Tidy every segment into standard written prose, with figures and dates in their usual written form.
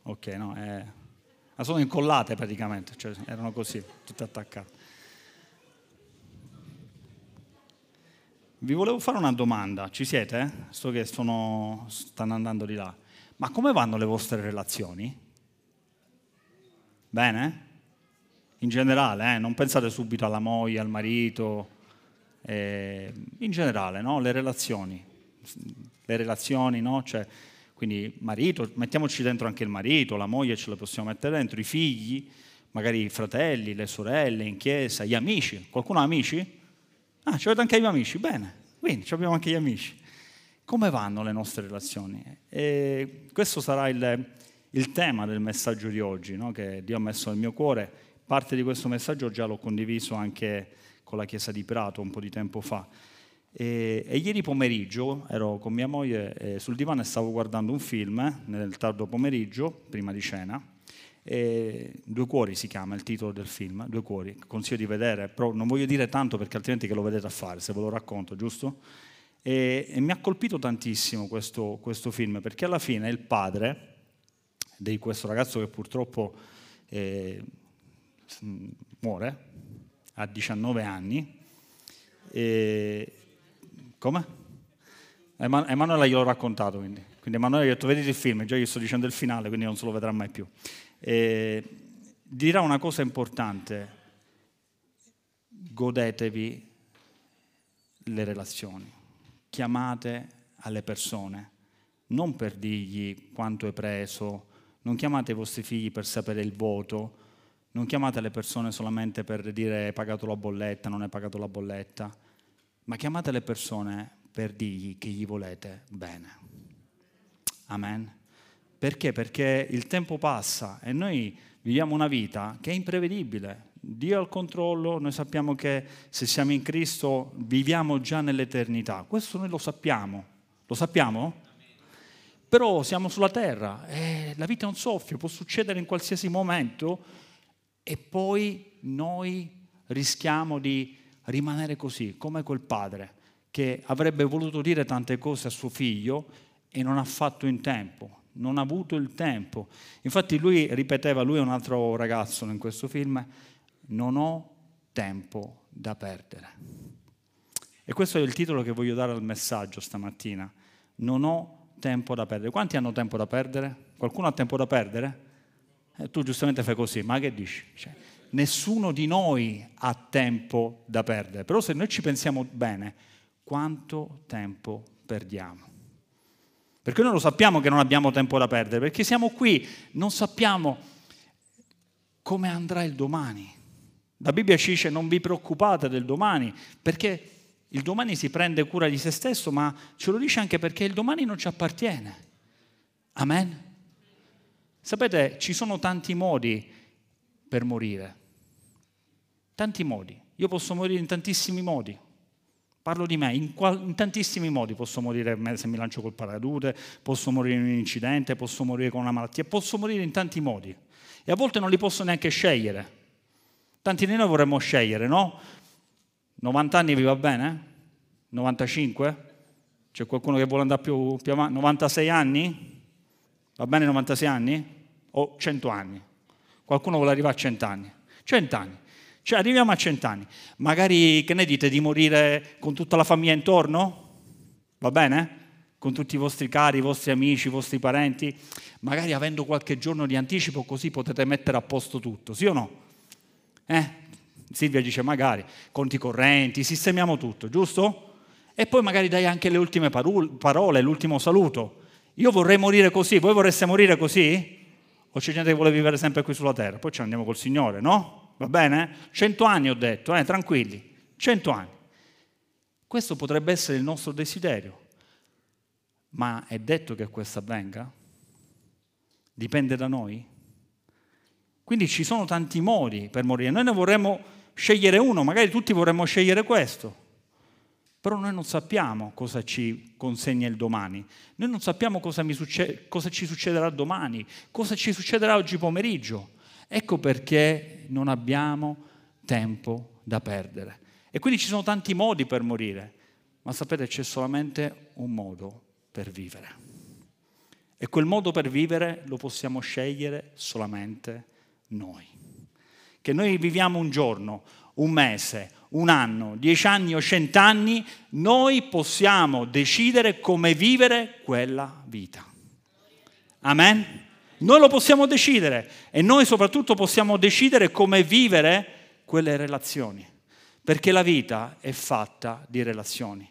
Ok, no, ma sono incollate praticamente, cioè erano così, tutte attaccate. Vi volevo fare una domanda, ci siete? So che stanno andando di là. Ma come vanno le vostre relazioni? Bene? In generale, non pensate subito alla moglie, al marito, in generale, no? Le relazioni, no? Cioè, quindi marito, mettiamoci dentro anche il marito, la moglie ce la possiamo mettere dentro, i figli, magari i fratelli, le sorelle, in chiesa, gli amici. Qualcuno ha amici? Ah, ci avete anche gli amici, bene, quindi abbiamo anche gli amici. Come vanno le nostre relazioni? E questo sarà il tema del messaggio di oggi, no? Che Dio ha messo nel mio cuore. Parte di questo messaggio già l'ho condiviso anche con la Chiesa di Prato un po' di tempo fa. E ieri pomeriggio ero con mia moglie sul divano e stavo guardando un film nel tardo pomeriggio, prima di cena. Due cuori si chiama il titolo del film, Due cuori, consiglio di vedere, però non voglio dire tanto perché altrimenti che lo vedete a fare, se ve lo racconto, giusto? E mi ha colpito tantissimo questo film, perché alla fine il padre di questo ragazzo che purtroppo muore a 19 anni, come? Emanuele gliel'ho raccontato, quindi Emanuele gli ha detto vedete il film, già gli sto dicendo il finale, quindi non se lo vedrà mai più. Dirà una cosa importante: godetevi le relazioni, chiamate alle persone, non per dirgli quanto hai preso, non chiamate i vostri figli per sapere il voto, non chiamate le persone solamente per dire hai pagato la bolletta, non hai pagato la bolletta, ma chiamate le persone per dirgli che gli volete bene. Amen. Perché? Perché il tempo passa e noi viviamo una vita che è imprevedibile. Dio ha il controllo, noi sappiamo che se siamo in Cristo viviamo già nell'eternità. Questo noi lo sappiamo. Lo sappiamo? Però siamo sulla terra e la vita è un soffio, può succedere in qualsiasi momento e poi noi rischiamo di rimanere così, come quel padre che avrebbe voluto dire tante cose a suo figlio e non ha fatto in tempo. Non ha avuto il tempo. Infatti lui ripeteva, lui è un altro ragazzo in questo film, non ho tempo da perdere. E questo è il titolo che voglio dare al messaggio stamattina. Non ho tempo da perdere. Quanti hanno tempo da perdere? Qualcuno ha tempo da perdere? Tu giustamente fai così, ma che dici? Cioè, nessuno di noi ha tempo da perdere. Però se noi ci pensiamo bene, quanto tempo perdiamo? Perché noi lo sappiamo che non abbiamo tempo da perdere, perché siamo qui, non sappiamo come andrà il domani. La Bibbia ci dice non vi preoccupate del domani, perché il domani si prende cura di se stesso, ma ce lo dice anche perché il domani non ci appartiene. Amen? Sapete, ci sono tanti modi per morire. Tanti modi. Io posso morire in tantissimi modi. Parlo di me, in tantissimi modi posso morire se mi lancio col paracadute, posso morire in un incidente, posso morire con una malattia, posso morire in tanti modi e a volte non li posso neanche scegliere. Tanti di noi vorremmo scegliere, no? 90 anni vi va bene? 95? C'è qualcuno che vuole andare più avanti? 96 anni? Va bene 96 anni? O 100 anni? Qualcuno vuole arrivare a 100 anni? 100 anni. Cioè arriviamo a 100 anni, magari che ne dite di morire con tutta la famiglia intorno? Va bene? Con tutti i vostri cari, i vostri amici, i vostri parenti, magari avendo qualche giorno di anticipo così potete mettere a posto tutto, sì o no? Silvia dice magari, conti correnti, sistemiamo tutto, giusto? E poi magari dai anche le ultime parole, l'ultimo saluto. Io vorrei morire così, voi vorreste morire così? O c'è gente che vuole vivere sempre qui sulla terra? Poi ci andiamo col Signore, no? Va bene? 100 anni ho detto, tranquilli, 100 anni. Questo potrebbe essere il nostro desiderio, ma è detto che questo avvenga? Dipende da noi? Quindi ci sono tanti modi per morire, noi ne vorremmo scegliere uno, magari tutti vorremmo scegliere questo, però noi non sappiamo cosa ci consegna il domani, noi non sappiamo cosa ci succederà domani, cosa ci succederà oggi pomeriggio. Ecco perché non abbiamo tempo da perdere. E quindi ci sono tanti modi per morire, ma sapete c'è solamente un modo per vivere. E quel modo per vivere lo possiamo scegliere solamente noi. Che noi viviamo un giorno, un mese, un anno, 10 anni o 100 anni, noi possiamo decidere come vivere quella vita. Amen? Noi lo possiamo decidere e noi soprattutto possiamo decidere come vivere quelle relazioni, perché la vita è fatta di relazioni.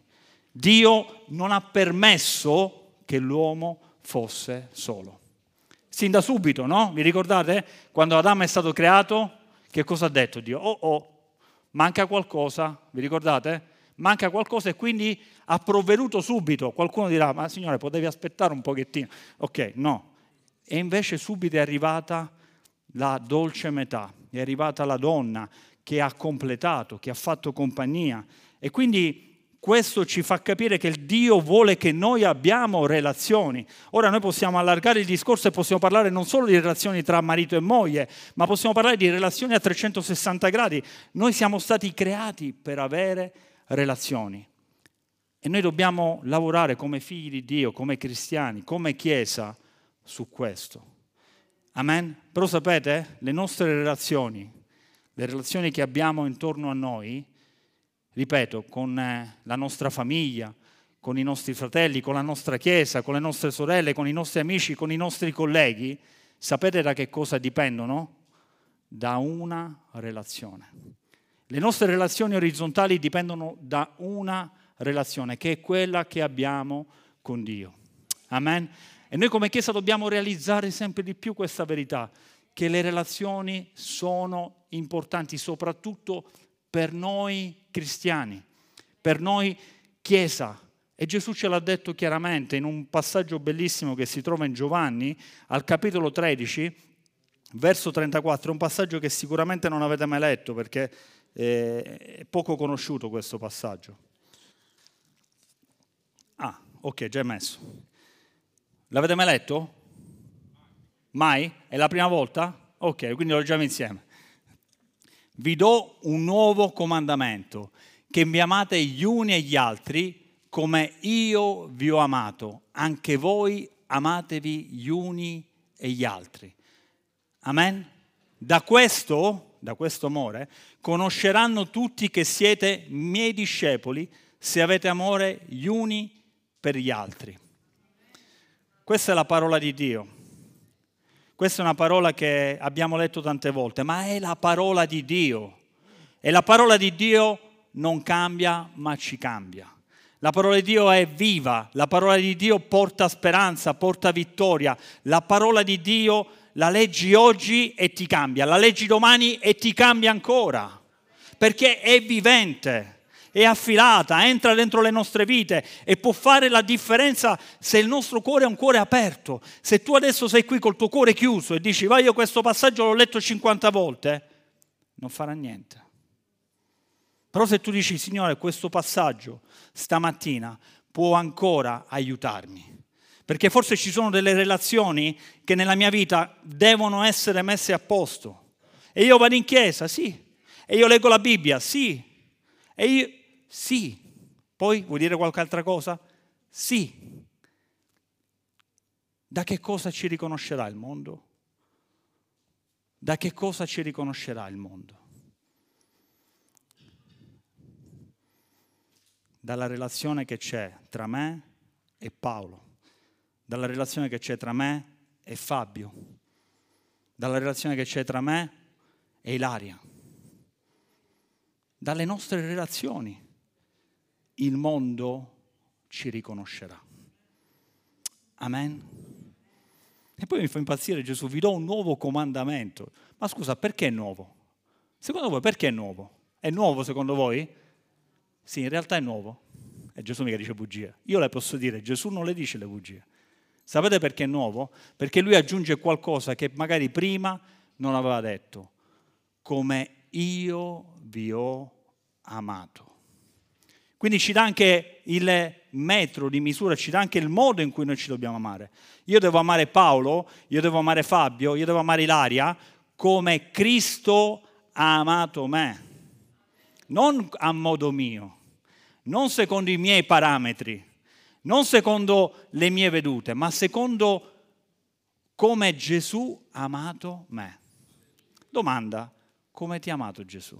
Dio non ha permesso che l'uomo fosse solo. Sin da subito, no? Vi ricordate? Quando Adamo è stato creato, che cosa ha detto Dio? Manca qualcosa, vi ricordate? Manca qualcosa e quindi ha provveduto subito. Qualcuno dirà, ma Signore, potevi aspettare un pochettino. Ok, no. E invece subito è arrivata la dolce metà, è arrivata la donna che ha completato, che ha fatto compagnia. E quindi questo ci fa capire che il Dio vuole che noi abbiamo relazioni. Ora noi possiamo allargare il discorso e possiamo parlare non solo di relazioni tra marito e moglie, ma possiamo parlare di relazioni a 360 gradi. Noi siamo stati creati per avere relazioni. E noi dobbiamo lavorare come figli di Dio, come cristiani, come Chiesa, su questo. Amen? Però sapete, le nostre relazioni, le relazioni che abbiamo intorno a noi, ripeto, con la nostra famiglia, con i nostri fratelli, con la nostra chiesa, con le nostre sorelle, con i nostri amici, con i nostri colleghi, sapete da che cosa dipendono? Da una relazione. Le nostre relazioni orizzontali dipendono da una relazione, che è quella che abbiamo con Dio. Amen? E noi come Chiesa dobbiamo realizzare sempre di più questa verità, che le relazioni sono importanti, soprattutto per noi cristiani, per noi Chiesa. E Gesù ce l'ha detto chiaramente in un passaggio bellissimo che si trova in Giovanni, al capitolo 13, verso 34, un passaggio che sicuramente non avete mai letto perché è poco conosciuto questo passaggio. Ah, ok, già è messo. L'avete mai letto? Mai? È la prima volta? Ok, quindi lo leggiamo insieme. Vi do un nuovo comandamento, che vi amate gli uni e gli altri come io vi ho amato. Anche voi amatevi gli uni e gli altri. Amen? Da questo amore, conosceranno tutti che siete miei discepoli se avete amore gli uni per gli altri. Questa è la parola di Dio. Questa è una parola che abbiamo letto tante volte, ma è la parola di Dio. E la parola di Dio non cambia, ma ci cambia. La parola di Dio è viva, la parola di Dio porta speranza, porta vittoria. La parola di Dio la leggi oggi e ti cambia, la leggi domani e ti cambia ancora, perché è vivente. È affilata, entra dentro le nostre vite e può fare la differenza se il nostro cuore è un cuore aperto. Se tu adesso sei qui col tuo cuore chiuso e dici, va, io questo passaggio l'ho letto 50 volte, non farà niente. Però se tu dici, Signore, questo passaggio stamattina può ancora aiutarmi, perché forse ci sono delle relazioni che nella mia vita devono essere messe a posto. E io vado in chiesa, sì. E io leggo la Bibbia, sì. E io... Sì, poi vuoi dire qualche altra cosa? Sì. Da che cosa ci riconoscerà il mondo? Da che cosa ci riconoscerà il mondo? Dalla relazione che c'è tra me e Paolo, dalla relazione che c'è tra me e Fabio, dalla relazione che c'è tra me e Ilaria, dalle nostre relazioni. Il mondo ci riconoscerà. Amen. E poi mi fa impazzire Gesù, vi do un nuovo comandamento. Ma scusa, perché è nuovo? Secondo voi perché è nuovo? È nuovo secondo voi? Sì, in realtà è nuovo. E Gesù mica dice bugie. Io le posso dire, Gesù non le dice le bugie. Sapete perché è nuovo? Perché lui aggiunge qualcosa che magari prima non aveva detto. Come io vi ho amato. Quindi ci dà anche il metro di misura, ci dà anche il modo in cui noi ci dobbiamo amare. Io devo amare Paolo, io devo amare Fabio, io devo amare Ilaria come Cristo ha amato me. Non a modo mio, non secondo i miei parametri, non secondo le mie vedute, ma secondo come Gesù ha amato me. Domanda, come ti ha amato Gesù?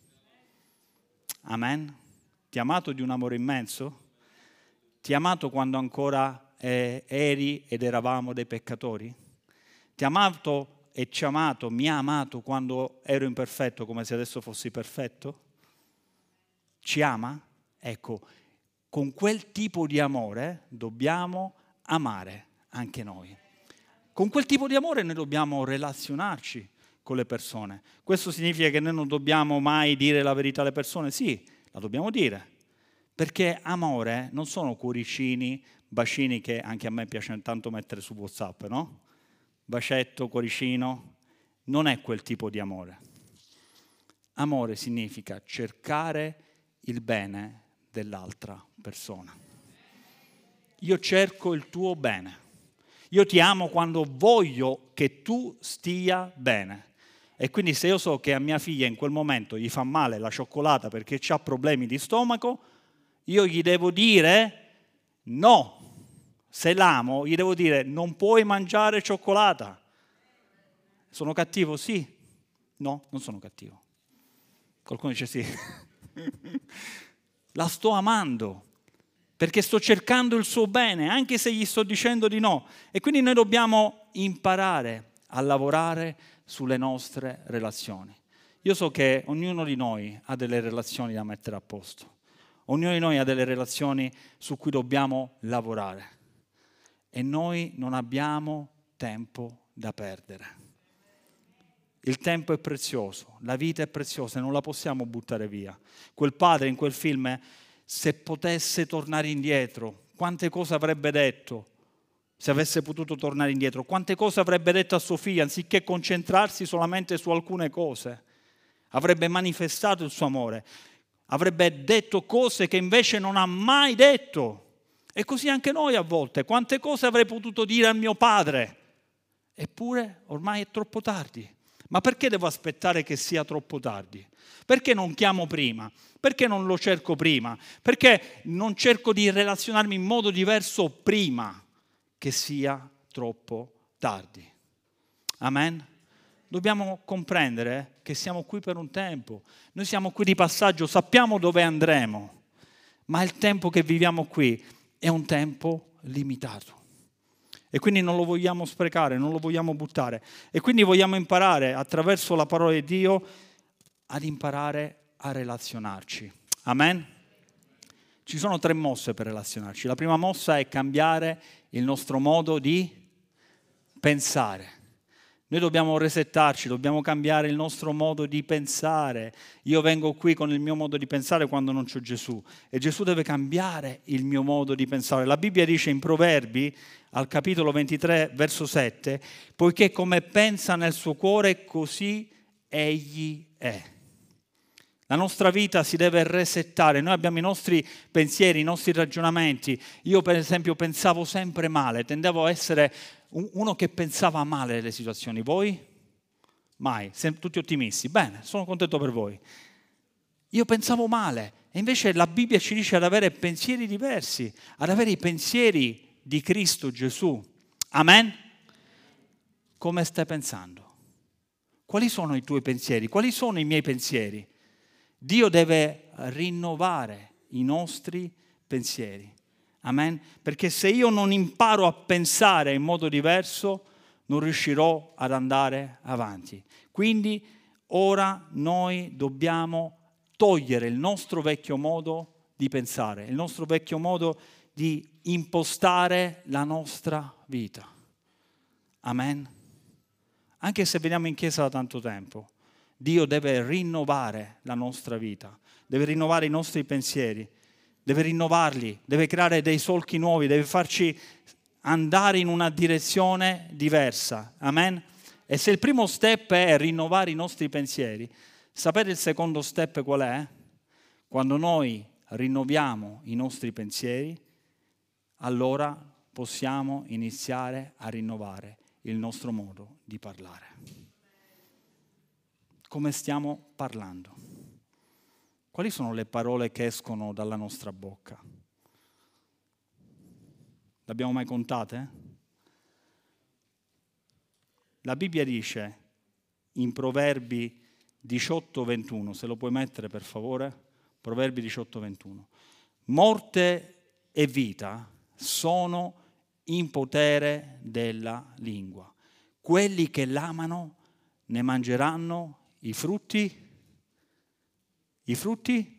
Amen? Ti ha amato di un amore immenso? Ti ha amato quando ancora eri ed eravamo dei peccatori? Ti ha amato e ci ha amato, mi ha amato quando ero imperfetto come se adesso fossi perfetto? Ci ama? Ecco, con quel tipo di amore dobbiamo amare anche noi. Con quel tipo di amore noi dobbiamo relazionarci con le persone. Questo significa che noi non dobbiamo mai dire la verità alle persone? Sì, la dobbiamo dire. Perché amore non sono cuoricini, bacini che anche a me piace tanto mettere su WhatsApp, no? Bacetto, cuoricino, non è quel tipo di amore. Amore significa cercare il bene dell'altra persona. Io cerco il tuo bene. Io ti amo quando voglio che tu stia bene. E quindi se io so che a mia figlia in quel momento gli fa male la cioccolata perché ha problemi di stomaco, io gli devo dire no. Se l'amo, gli devo dire non puoi mangiare cioccolata. Sono cattivo? Sì. No, non sono cattivo. Qualcuno dice sì. La sto amando perché sto cercando il suo bene, anche se gli sto dicendo di no. E quindi noi dobbiamo imparare a lavorare sulle nostre relazioni. Io so che ognuno di noi ha delle relazioni da mettere a posto. Ognuno di noi ha delle relazioni su cui dobbiamo lavorare. E noi non abbiamo tempo da perdere. Il tempo è prezioso, la vita è preziosa e non la possiamo buttare via. Quel padre in quel film, se potesse tornare indietro, quante cose avrebbe detto se avesse potuto tornare indietro? Quante cose avrebbe detto a suo figlio anziché concentrarsi solamente su alcune cose? Avrebbe manifestato il suo amore, avrebbe detto cose che invece non ha mai detto. E così anche noi a volte, quante cose avrei potuto dire a mio padre? Eppure ormai è troppo tardi. Ma perché devo aspettare che sia troppo tardi? Perché non chiamo prima? Perché non lo cerco prima? Perché non cerco di relazionarmi in modo diverso prima che sia troppo tardi? Amen? Dobbiamo comprendere che siamo qui per un tempo. Noi siamo qui di passaggio, sappiamo dove andremo, ma il tempo che viviamo qui è un tempo limitato. E quindi non lo vogliamo sprecare, non lo vogliamo buttare. E quindi vogliamo imparare, attraverso la parola di Dio, ad imparare a relazionarci. Amen? Ci sono 3 mosse per relazionarci. La prima mossa è cambiare il nostro modo di pensare. Noi dobbiamo resettarci, dobbiamo cambiare il nostro modo di pensare. Io vengo qui con il mio modo di pensare quando non c'è Gesù. E Gesù deve cambiare il mio modo di pensare. La Bibbia dice in Proverbi, al capitolo 23, verso 7, poiché come pensa nel suo cuore, così egli è. La nostra vita si deve resettare. Noi abbiamo i nostri pensieri, i nostri ragionamenti. Io per esempio pensavo sempre male, tendevo a essere uno che pensava male delle situazioni. Voi? Mai, tutti ottimisti. Bene, sono contento per voi. Io pensavo male e invece la Bibbia ci dice ad avere pensieri diversi, ad avere i pensieri di Cristo Gesù. Amen? Come stai pensando? Quali sono i tuoi pensieri? Quali sono i miei pensieri? Dio deve rinnovare i nostri pensieri. Amen? Perché se io non imparo a pensare in modo diverso, non riuscirò ad andare avanti. Quindi ora noi dobbiamo togliere il nostro vecchio modo di pensare, il nostro vecchio modo di impostare la nostra vita. Amen? Anche se veniamo in chiesa da tanto tempo, Dio deve rinnovare la nostra vita, deve rinnovare i nostri pensieri, deve rinnovarli, deve creare dei solchi nuovi, deve farci andare in una direzione diversa. Amen? E se il primo step è rinnovare i nostri pensieri, sapete il secondo step qual è? Quando noi rinnoviamo i nostri pensieri, allora possiamo iniziare a rinnovare il nostro modo di parlare. Come stiamo parlando? Quali sono le parole che escono dalla nostra bocca? Le abbiamo mai contate? La Bibbia dice in Proverbi 18:21, se lo puoi mettere per favore, Proverbi 18:21, morte e vita sono in potere della lingua. Quelli che l'amano ne mangeranno i frutti. I frutti?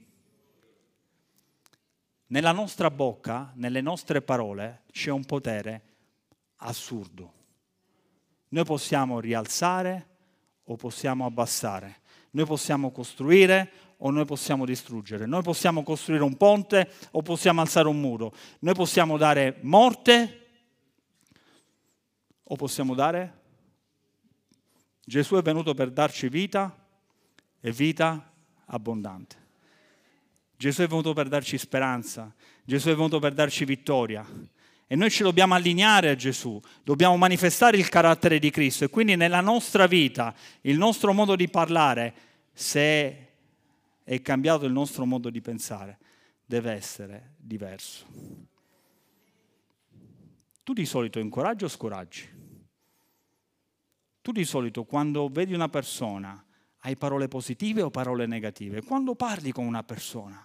Nella nostra bocca, nelle nostre parole, c'è un potere assurdo. Noi possiamo rialzare o possiamo abbassare. Noi possiamo costruire o noi possiamo distruggere. Noi possiamo costruire un ponte o possiamo alzare un muro. Noi possiamo dare morte o possiamo dare... Gesù è venuto per darci vita e vita abbondante. Gesù è venuto per darci speranza. Gesù è venuto per darci vittoria. E noi ci dobbiamo allineare a Gesù, dobbiamo manifestare il carattere di Cristo. E quindi nella nostra vita, il nostro modo di parlare, se è cambiato il nostro modo di pensare, deve essere diverso. Tu di solito incoraggi o scoraggi? Tu di solito quando vedi una persona hai parole positive o parole negative? Quando parli con una persona?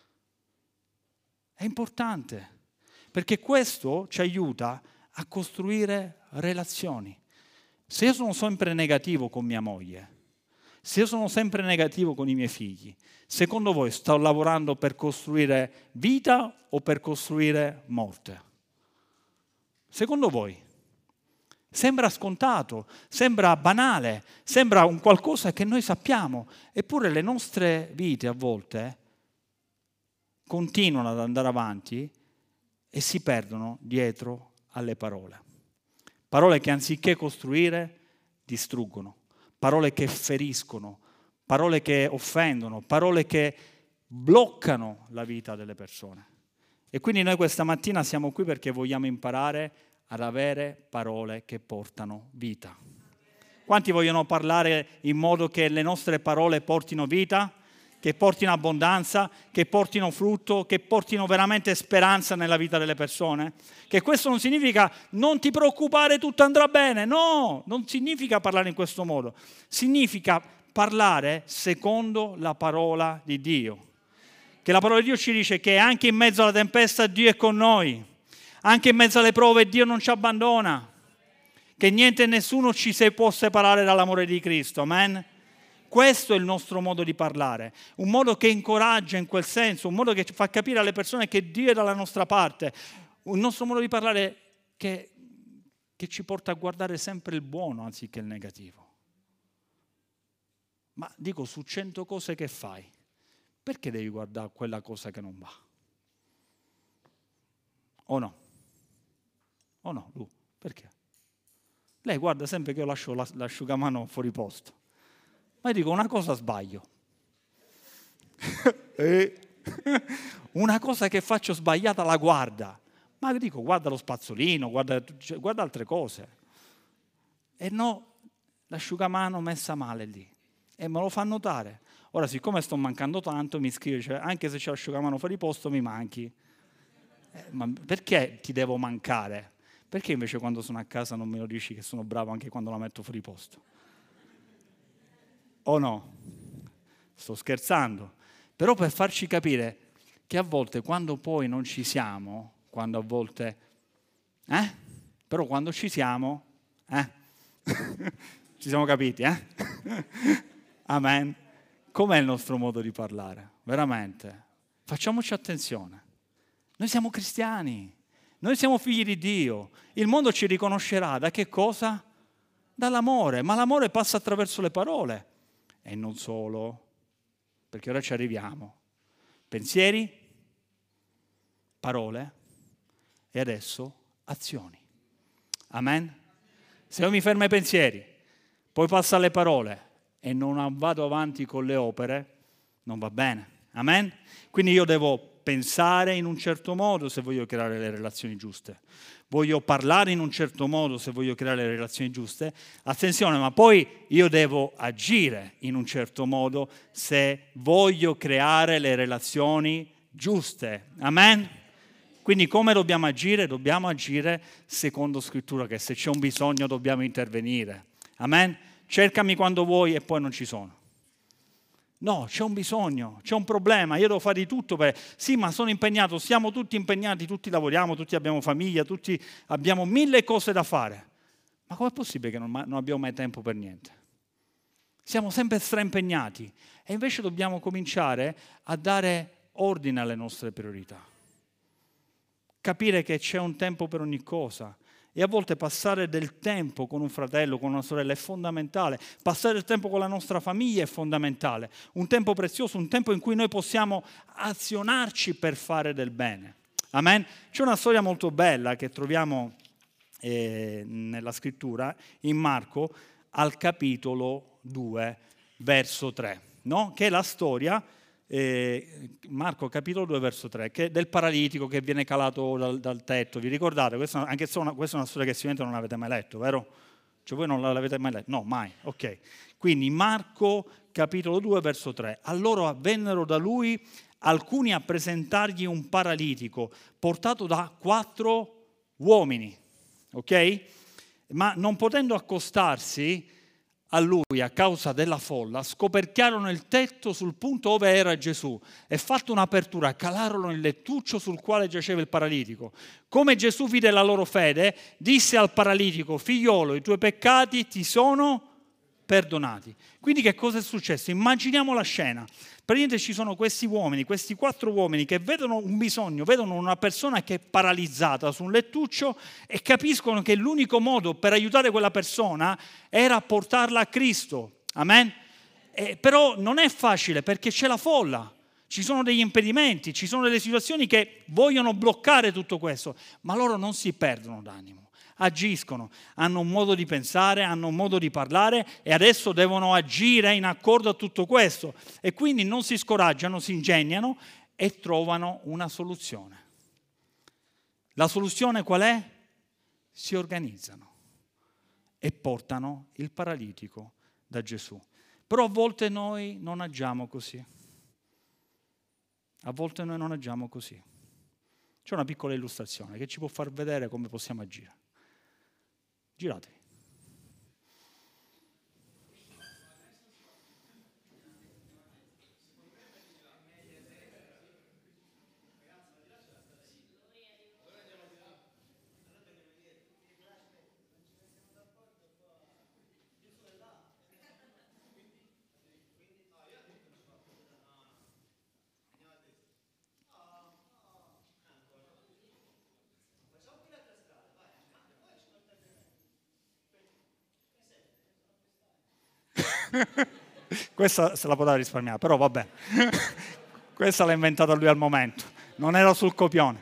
È importante, perché questo ci aiuta a costruire relazioni. Se io sono sempre negativo con mia moglie, se io sono sempre negativo con i miei figli, secondo voi sto lavorando per costruire vita o per costruire morte? Secondo voi? Sembra scontato, sembra banale, sembra un qualcosa che noi sappiamo, eppure le nostre vite a volte continuano ad andare avanti e si perdono dietro alle parole. Parole che anziché costruire, distruggono, parole che feriscono, parole che offendono, parole che bloccano la vita delle persone. E quindi noi questa mattina siamo qui perché vogliamo imparare ad avere parole che portano vita. Quanti vogliono parlare in modo che le nostre parole portino vita, che portino abbondanza, che portino frutto, che portino veramente speranza nella vita delle persone? Che questo non significa non ti preoccupare, tutto andrà bene. No, non significa parlare in questo modo. Significa parlare secondo la parola di Dio. Che la parola di Dio ci dice che anche in mezzo alla tempesta Dio è con noi. Anche in mezzo alle prove Dio non ci abbandona, che niente e nessuno ci può separare dall'amore di Cristo, amen? Questo è il nostro modo di parlare, un modo che incoraggia in quel senso, un modo che fa capire alle persone che Dio è dalla nostra parte, un nostro modo di parlare che ci porta a guardare sempre il buono anziché il negativo. Ma dico, su 100 cose che fai, perché devi guardare quella cosa che non va? O no? O no, Lu? Perché? Lei guarda sempre che io lascio l'asciugamano fuori posto. Ma io dico, una cosa sbaglio. Una cosa che faccio sbagliata la guarda. Ma dico, guarda lo spazzolino, guarda altre cose. E no, l'asciugamano messa male lì. E me lo fa notare. Ora, siccome sto mancando tanto, mi scrive, cioè, anche se c'è l'asciugamano fuori posto, mi manchi. Ma perché ti devo mancare? Perché invece quando sono a casa non me lo dici che sono bravo anche quando la metto fuori posto? O no? Sto scherzando. Però per farci capire che a volte quando poi non ci siamo, quando a volte... Però quando ci siamo... Ci siamo capiti, Amen. Com'è il nostro modo di parlare? Veramente. Facciamoci attenzione. Noi siamo cristiani. Noi siamo figli di Dio. Il mondo ci riconoscerà da che cosa? Dall'amore. Ma l'amore passa attraverso le parole. E non solo. Perché ora ci arriviamo. Pensieri, parole e adesso azioni. Amen? Se io mi fermo ai pensieri, poi passo alle parole e non vado avanti con le opere, non va bene. Amen? Quindi io devo pensare in un certo modo se voglio creare le relazioni giuste. Voglio parlare in un certo modo se voglio creare le relazioni giuste. Attenzione, ma poi io devo agire in un certo modo se voglio creare le relazioni giuste. Amen? Quindi come dobbiamo agire? Dobbiamo agire secondo Scrittura, che se c'è un bisogno dobbiamo intervenire. Amen? Cercami quando vuoi e poi non ci sono. No, c'è un bisogno, c'è un problema, io devo fare di tutto per... Sì, ma sono impegnato, siamo tutti impegnati, tutti lavoriamo, tutti abbiamo famiglia, tutti abbiamo 1000 cose da fare. Ma com'è possibile che non abbiamo mai tempo per niente? Siamo sempre straimpegnati e invece dobbiamo cominciare a dare ordine alle nostre priorità. Capire che c'è un tempo per ogni cosa. E a volte passare del tempo con un fratello, con una sorella è fondamentale. Passare del tempo con la nostra famiglia è fondamentale. Un tempo prezioso, un tempo in cui noi possiamo azionarci per fare del bene. Amen? C'è una storia molto bella che troviamo nella scrittura, in Marco, al capitolo 2, verso 3. No? Che è la storia... Marco capitolo 2 verso 3 che del paralitico che viene calato dal tetto, vi ricordate? Questa è una storia che sicuramente non avete mai letto, vero? Cioè voi non l'avete mai letto? No, mai, ok. Quindi Marco capitolo 2 verso 3: allora vennero da lui alcuni a presentargli un paralitico portato da 4 uomini, ok? Ma non potendo accostarsi a lui a causa della folla, scoperchiarono il tetto sul punto dove era Gesù e fatta un'apertura calarono il lettuccio sul quale giaceva il paralitico. Come Gesù vide la loro fede, disse al paralitico: figliolo, i tuoi peccati ti sono perdonati. Quindi che cosa è successo? Immaginiamo la scena. Praticamente ci sono questi uomini, questi 4 uomini che vedono un bisogno, vedono una persona che è paralizzata su un lettuccio e capiscono che l'unico modo per aiutare quella persona era portarla a Cristo. Amen? Però non è facile perché c'è la folla, ci sono degli impedimenti, ci sono delle situazioni che vogliono bloccare tutto questo, ma loro non si perdono d'animo. Agiscono, hanno un modo di pensare, hanno un modo di parlare e adesso devono agire in accordo a tutto questo e quindi non si scoraggiano, si ingegnano e trovano una soluzione. La soluzione qual è? Si organizzano e portano il paralitico da Gesù. Però a volte noi non agiamo così. A volte noi non agiamo così. C'è una piccola illustrazione che ci può far vedere come possiamo agire. Giratevi. Questa se la poteva risparmiare, però vabbè. Questa l'ha inventata lui al momento, non era sul copione.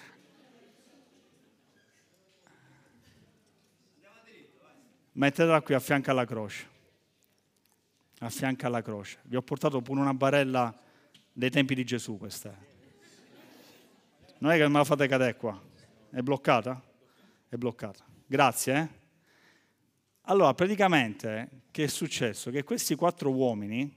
Mettetela qui a fianco alla croce. A fianco alla croce. Vi ho portato pure una barella dei tempi di Gesù, questa è. Non è che me la fate cadere qua. È bloccata? È bloccata. Grazie, eh? Allora, praticamente, che è successo? Che questi 4 uomini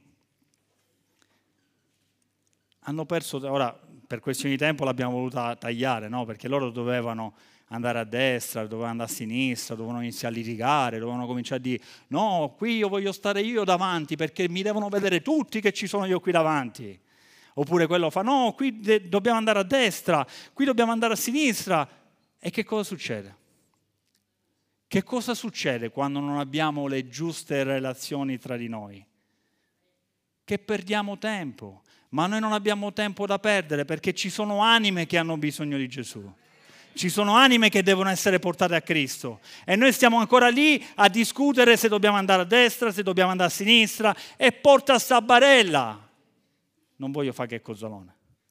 hanno perso... Ora, per questioni di tempo l'abbiamo voluta tagliare, no? Perché loro dovevano andare a destra, dovevano andare a sinistra, dovevano iniziare a litigare, dovevano cominciare a dire no, qui io voglio stare io davanti perché mi devono vedere tutti che ci sono io qui davanti. Oppure quello fa no, qui dobbiamo andare a destra, qui dobbiamo andare a sinistra. E che cosa succede? Che cosa succede quando non abbiamo le giuste relazioni tra di noi? Che perdiamo tempo, ma noi non abbiamo tempo da perdere perché ci sono anime che hanno bisogno di Gesù. Ci sono anime che devono essere portate a Cristo e noi stiamo ancora lì a discutere se dobbiamo andare a destra, se dobbiamo andare a sinistra e porta sta barella. Non voglio fare che cozzolone.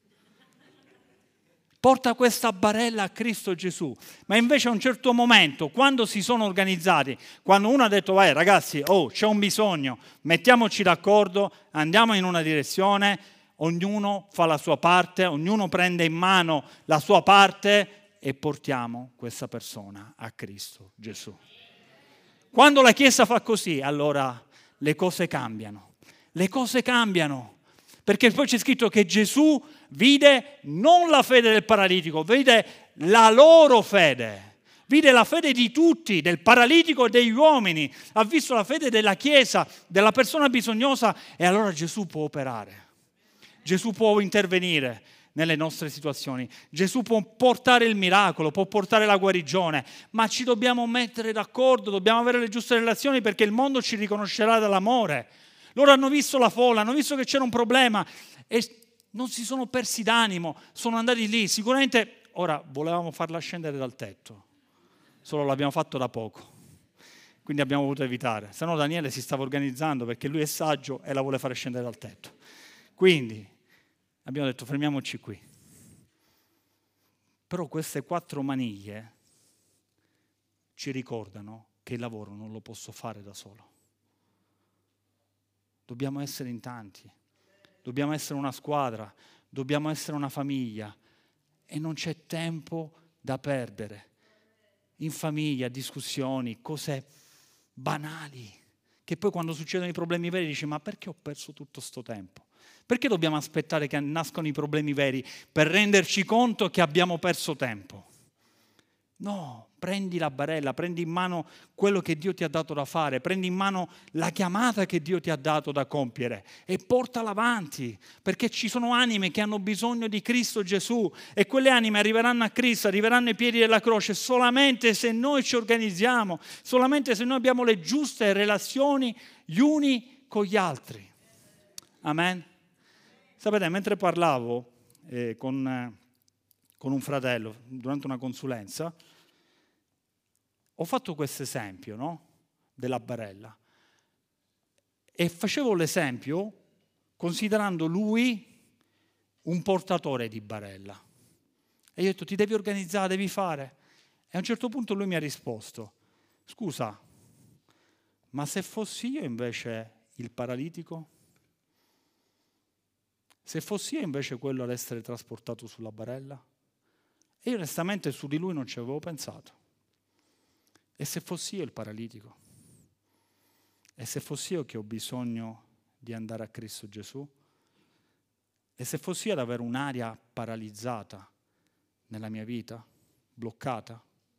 Porta questa barella a Cristo Gesù. Ma invece a un certo momento, quando si sono organizzati, quando uno ha detto vai ragazzi, c'è un bisogno, mettiamoci d'accordo, andiamo in una direzione, ognuno fa la sua parte, ognuno prende in mano la sua parte e portiamo questa persona a Cristo Gesù. Quando la Chiesa fa così, allora le cose cambiano. Le cose cambiano. Perché poi c'è scritto che Gesù vide non la fede del paralitico, vide la loro fede. vide la fede di tutti, del paralitico e degli uomini, ha visto la fede della Chiesa, della persona bisognosa, e allora Gesù può operare. Gesù può intervenire nelle nostre situazioni. Gesù può portare il miracolo, può portare la guarigione, ma ci dobbiamo mettere d'accordo, dobbiamo avere le giuste relazioni, perché il mondo ci riconoscerà dall'amore. Loro hanno visto la folla, hanno visto che c'era un problema e non si sono persi d'animo, sono andati lì. Sicuramente ora volevamo farla scendere dal tetto, solo l'abbiamo fatto da poco, quindi abbiamo voluto evitare. Se no Daniele si stava organizzando, perché lui è saggio e la vuole fare scendere dal tetto. Quindi abbiamo detto fermiamoci qui. Però queste 4 maniglie ci ricordano che il lavoro non lo posso fare da solo. Dobbiamo essere in tanti, dobbiamo essere una squadra, dobbiamo essere una famiglia, e non c'è tempo da perdere in famiglia, discussioni, cose banali, che poi quando succedono i problemi veri dici: ma perché ho perso tutto sto tempo? Perché dobbiamo aspettare che nascano i problemi veri per renderci conto che abbiamo perso tempo? No, prendi la barella, prendi in mano quello che Dio ti ha dato da fare, prendi in mano la chiamata che Dio ti ha dato da compiere e portala avanti, perché ci sono anime che hanno bisogno di Cristo Gesù, e quelle anime arriveranno a Cristo, arriveranno ai piedi della croce solamente se noi ci organizziamo, solamente se noi abbiamo le giuste relazioni gli uni con gli altri. Amen? Sapete, mentre parlavo con un fratello durante una consulenza, ho fatto questo esempio, no? Della barella, e facevo l'esempio considerando lui un portatore di barella, e io ho detto: ti devi organizzare, devi fare. E a un certo punto lui mi ha risposto: scusa, ma se fossi io invece il paralitico? Se fossi io invece quello ad essere trasportato sulla barella? E io onestamente su di lui non ci avevo pensato. E se fossi io il paralitico? E se fossi io che ho bisogno di andare a Cristo Gesù? E se fossi io ad avere un'area paralizzata nella mia vita, bloccata?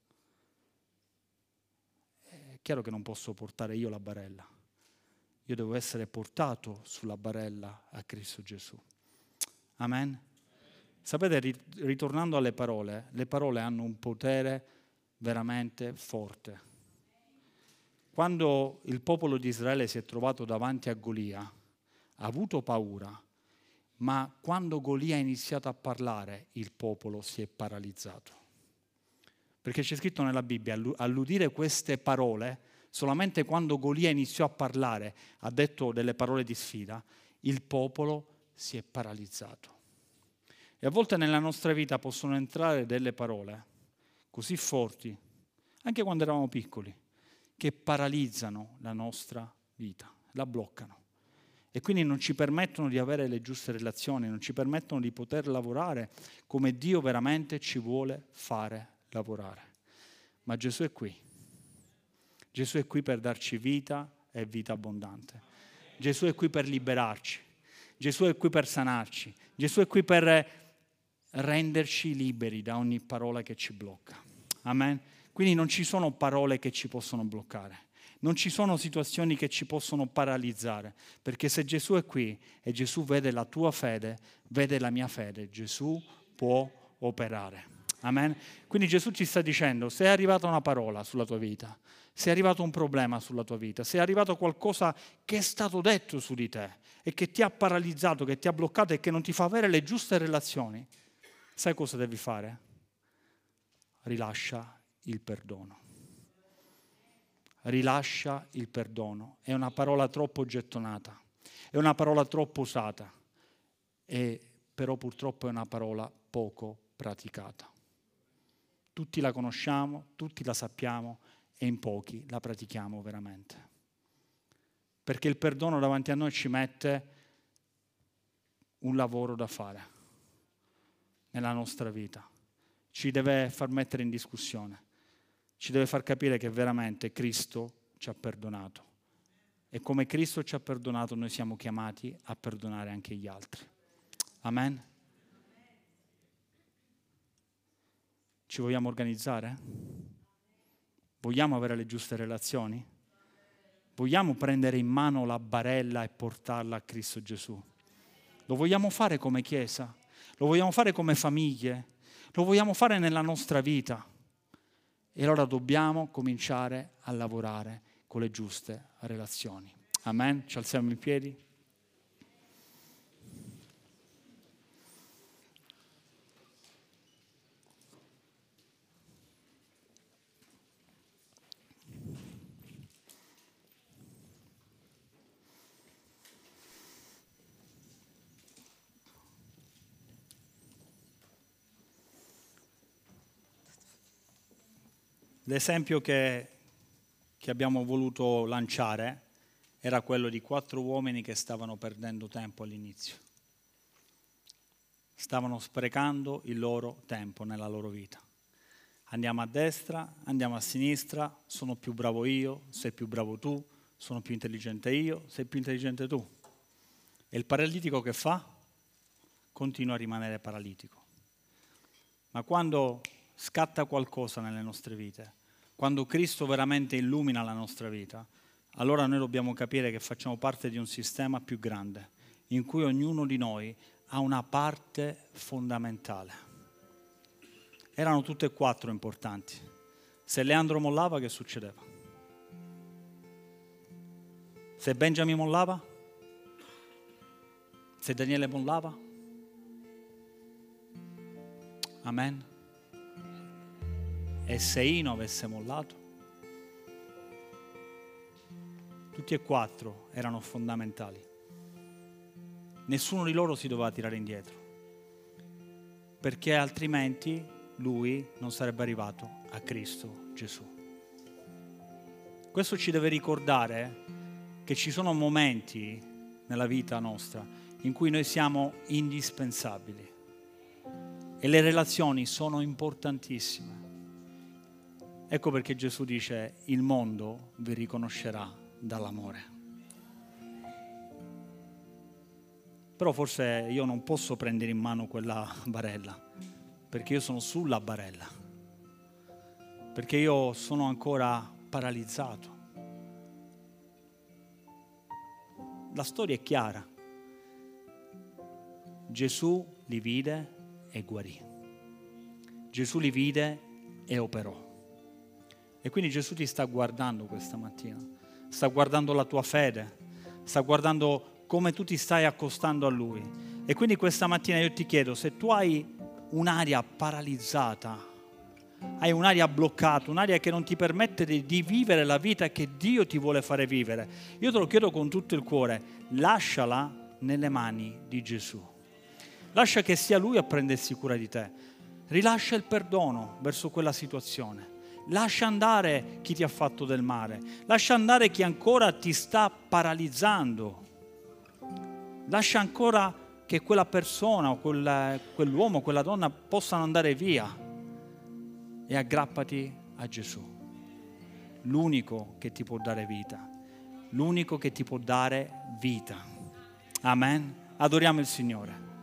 È chiaro che non posso portare io la barella. Io devo essere portato sulla barella a Cristo Gesù. Amen? Sapete, ritornando alle parole, le parole hanno un potere veramente forte. Quando il popolo di Israele si è trovato davanti a Golia, ha avuto paura, ma quando Golia ha iniziato a parlare, il popolo si è paralizzato. Perché c'è scritto nella Bibbia, all'udire queste parole, solamente quando Golia iniziò a parlare, ha detto delle parole di sfida, il popolo si è paralizzato. E a volte nella nostra vita possono entrare delle parole così forti, anche quando eravamo piccoli, che paralizzano la nostra vita, la bloccano. E quindi non ci permettono di avere le giuste relazioni, non ci permettono di poter lavorare come Dio veramente ci vuole fare lavorare. Ma Gesù è qui. Gesù è qui per darci vita e vita abbondante. Gesù è qui per liberarci. Gesù è qui per sanarci. Gesù è qui per renderci liberi da ogni parola che ci blocca. Amen? Quindi non ci sono parole che ci possono bloccare. Non ci sono situazioni che ci possono paralizzare, perché se Gesù è qui e Gesù vede la tua fede, vede la mia fede, Gesù può operare. Amen? Quindi Gesù ci sta dicendo: se è arrivata una parola sulla tua vita, se è arrivato un problema sulla tua vita, se è arrivato qualcosa che è stato detto su di te e che ti ha paralizzato, che ti ha bloccato e che non ti fa avere le giuste relazioni, sai cosa devi fare? Rilascia il perdono. Rilascia il perdono. È una parola troppo gettonata, è una parola troppo usata, però purtroppo è una parola poco praticata. Tutti la conosciamo, tutti la sappiamo, e in pochi la pratichiamo veramente. Perché il perdono davanti a noi ci mette un lavoro da fare nella nostra vita. Ci deve far mettere in discussione, ci deve far capire che veramente Cristo ci ha perdonato. E come Cristo ci ha perdonato, noi siamo chiamati a perdonare anche gli altri. Amen? Ci vogliamo organizzare? Vogliamo avere le giuste relazioni? Vogliamo prendere in mano la barella e portarla a Cristo Gesù? Lo vogliamo fare come Chiesa? Lo vogliamo fare come famiglie? Lo vogliamo fare nella nostra vita? E allora dobbiamo cominciare a lavorare con le giuste relazioni. Amen? Ci alziamo in piedi? L'esempio che abbiamo voluto lanciare era quello di 4 uomini che stavano perdendo tempo all'inizio. Stavano sprecando il loro tempo nella loro vita. Andiamo a destra, andiamo a sinistra, sono più bravo io, sei più bravo tu, sono più intelligente io, sei più intelligente tu. E il paralitico che fa? Continua a rimanere paralitico. Ma quando scatta qualcosa nelle nostre vite, quando Cristo veramente illumina la nostra vita, allora noi dobbiamo capire che facciamo parte di un sistema più grande, in cui ognuno di noi ha una parte fondamentale. Erano tutte e 4 importanti. Se Leandro mollava, che succedeva? Se Benjamin mollava? Se Daniele mollava? Amen. E se Ino avesse mollato? Tutti e 4 erano fondamentali. Nessuno di loro si doveva tirare indietro, perché altrimenti lui non sarebbe arrivato a Cristo Gesù. Questo ci deve ricordare che ci sono momenti nella vita nostra in cui noi siamo indispensabili e le relazioni sono importantissime. Ecco perché Gesù dice: il mondo vi riconoscerà dall'amore. Però forse io non posso prendere in mano quella barella, perché io sono sulla barella, perché io sono ancora paralizzato. La storia è chiara. Gesù li vide e guarì. Gesù li vide e operò. E quindi Gesù ti sta guardando questa mattina, sta guardando la tua fede, sta guardando come tu ti stai accostando a Lui. E quindi questa mattina io ti chiedo, se tu hai un'aria paralizzata, hai un'aria bloccata, un'aria che non ti permette di vivere la vita che Dio ti vuole fare vivere, io te lo chiedo con tutto il cuore, lasciala nelle mani di Gesù. Lascia che sia Lui a prendersi cura di te. Rilascia il perdono verso quella situazione. Lascia andare chi ti ha fatto del male. Lascia andare chi ancora ti sta paralizzando. Lascia ancora che quella persona o quell'uomo, quella donna possano andare via. E aggrappati a Gesù. L'unico che ti può dare vita. L'unico che ti può dare vita. Amen. Adoriamo il Signore.